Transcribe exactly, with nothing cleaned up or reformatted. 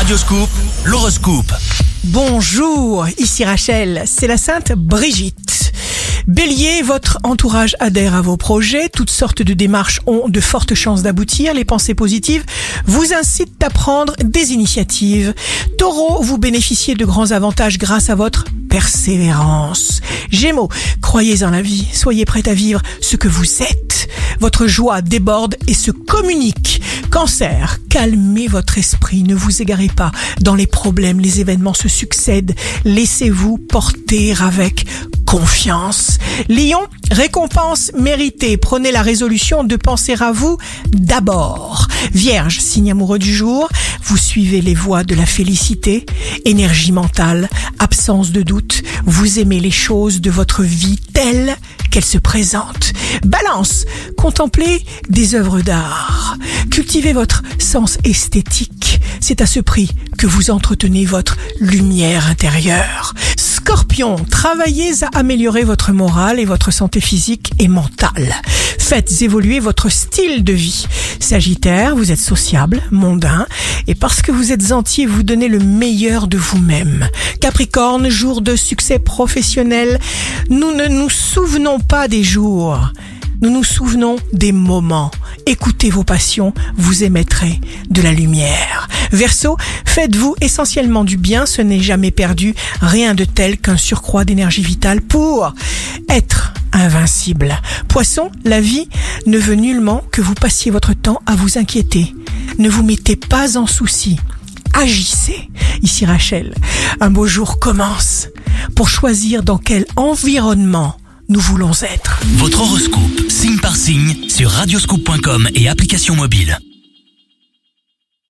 Radioscoop, l'horoscope. Bonjour, ici Rachel, c'est la sainte Brigitte. Bélier, votre entourage adhère à vos projets, toutes sortes de démarches ont de fortes chances d'aboutir, les pensées positives vous incitent à prendre des initiatives. Taureau, vous bénéficiez de grands avantages grâce à votre persévérance. Gémeaux, croyez en la vie, soyez prêt à vivre ce que vous êtes. Votre joie déborde et se communique. Cancer, calmez votre esprit, ne vous égarez pas dans les problèmes, les événements se succèdent, laissez-vous porter avec confiance. Lion, récompense méritée, prenez la résolution de penser à vous d'abord. Vierge, signe amoureux du jour, vous suivez les voies de la félicité, énergie mentale, absence de doute, vous aimez les choses de votre vie telles qu'elles se présentent. Balance, contemplez des œuvres d'art, cultivez votre sens esthétique, c'est à ce prix que vous entretenez votre lumière intérieure. Scorpion, travaillez à améliorer votre morale et votre santé physique et mentale. Faites évoluer votre style de vie. Sagittaire, vous êtes sociable, mondain, et parce que vous êtes entier, vous donnez le meilleur de vous-même. Capricorne, jour de succès professionnel, nous ne nous souvenons pas des jours, nous nous souvenons des moments. Écoutez vos passions, vous émettrez de la lumière. Verseau, faites-vous essentiellement du bien, ce n'est jamais perdu, rien de tel qu'un surcroît d'énergie vitale pour être invincible. Poisson, la vie ne veut nullement que vous passiez votre temps à vous inquiéter. Ne vous mettez pas en souci, agissez. Ici Rachel, un beau jour commence pour choisir dans quel environnement nous voulons être. Votre horoscope, signe par signe, sur radioscoop point com et application mobile.